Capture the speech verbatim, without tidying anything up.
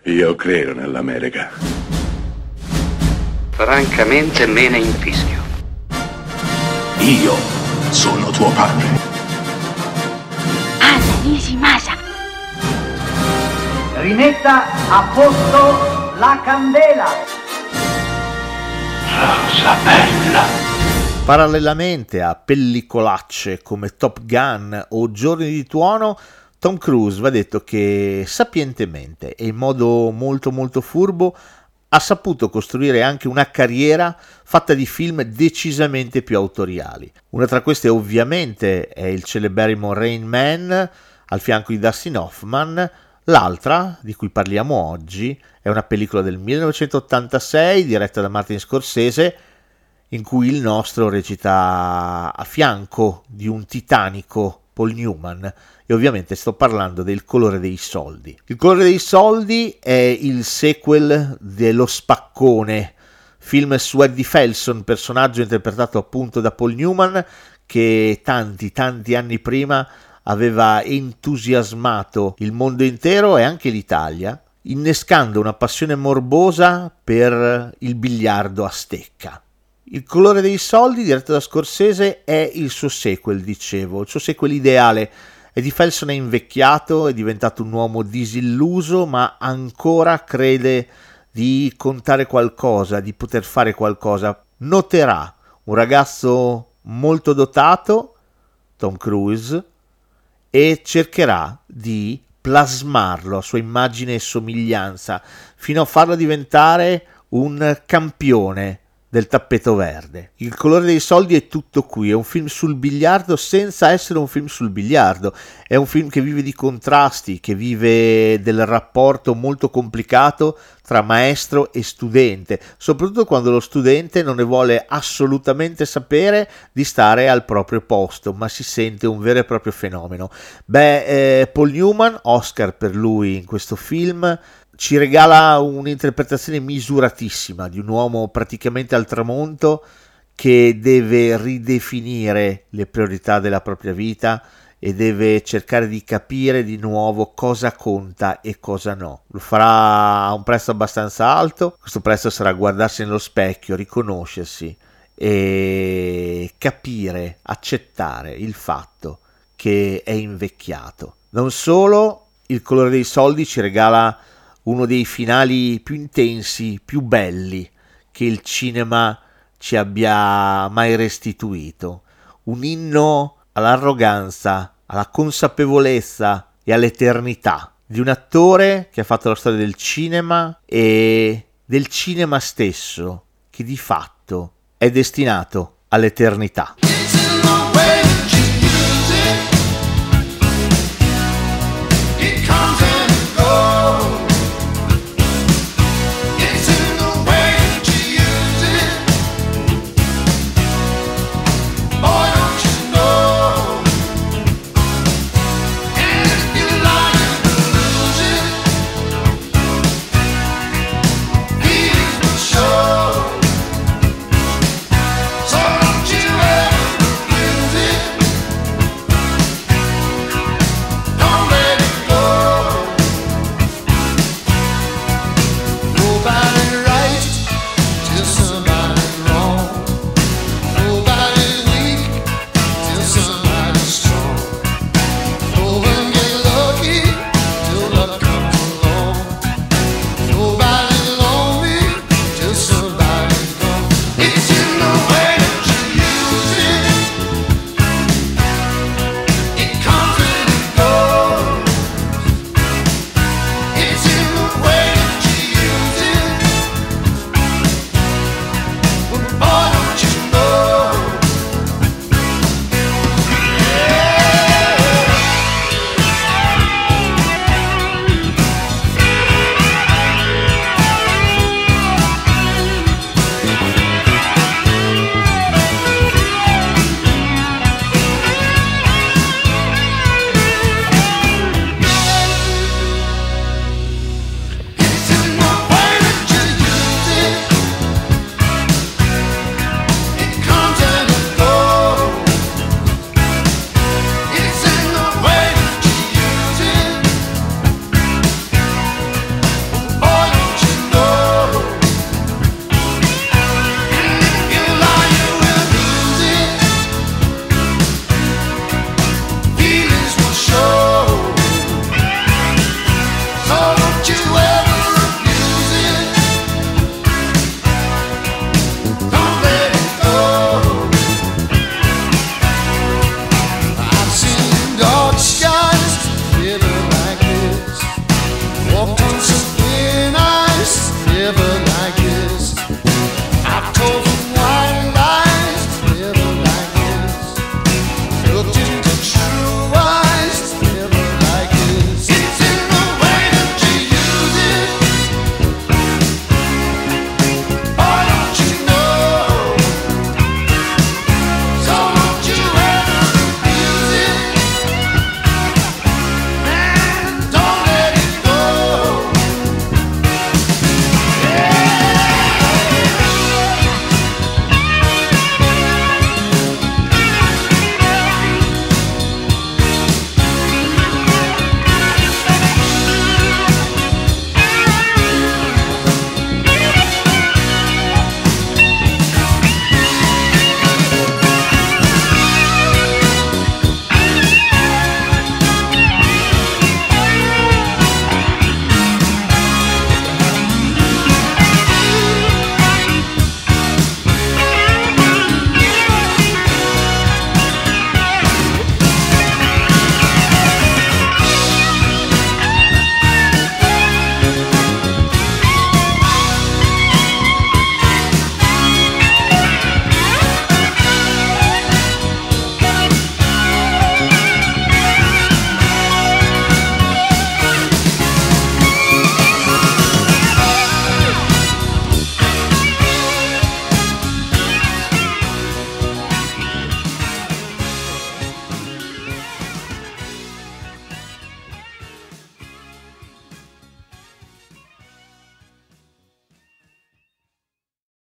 Io credo nell'America. Francamente me ne infischio. Io sono tuo padre. Anna Nishimasa. Rimetta a posto la candela. Rosa bella. Parallelamente a pellicolacce come Top Gun o Giorni di tuono, Tom Cruise va detto che sapientemente e in modo molto molto furbo ha saputo costruire anche una carriera fatta di film decisamente più autoriali. Una tra queste ovviamente è il celeberrimo Rain Man al fianco di Dustin Hoffman, l'altra di cui parliamo oggi è una pellicola del millenovecentottantasei diretta da Martin Scorsese, in cui il nostro recita a fianco di un titanico Paul Newman, e ovviamente sto parlando del Colore dei soldi. Il Colore dei soldi è il sequel dello Spaccone, film su Eddie Felson, personaggio interpretato appunto da Paul Newman, che tanti tanti anni prima aveva entusiasmato il mondo intero e anche l'Italia, innescando una passione morbosa per il biliardo a stecca. Il Colore dei soldi, diretto da Scorsese, è il suo sequel, dicevo, il suo sequel ideale. Eddie Felson è invecchiato, è diventato un uomo disilluso, ma ancora crede di contare qualcosa, di poter fare qualcosa. Noterà un ragazzo molto dotato, Tom Cruise, e cercherà di plasmarlo a sua immagine e somiglianza, fino a farlo diventare un campione del tappeto verde. Il Colore dei soldi è tutto qui, è un film sul biliardo senza essere un film sul biliardo, è un film che vive di contrasti, che vive del rapporto molto complicato tra maestro e studente, soprattutto quando lo studente non ne vuole assolutamente sapere di stare al proprio posto, ma si sente un vero e proprio fenomeno. Beh, eh, Paul Newman, Oscar per lui in questo film, ci regala un'interpretazione misuratissima di un uomo praticamente al tramonto che deve ridefinire le priorità della propria vita e deve cercare di capire di nuovo cosa conta e cosa no. Lo farà a un prezzo abbastanza alto. Questo prezzo sarà guardarsi nello specchio, riconoscersi e capire, accettare il fatto che è invecchiato. Non solo, Il Colore dei soldi ci regala uno dei finali più intensi, più belli che il cinema ci abbia mai restituito. Un inno all'arroganza, alla consapevolezza e all'eternità di un attore che ha fatto la storia del cinema e del cinema stesso, che di fatto è destinato all'eternità. It comes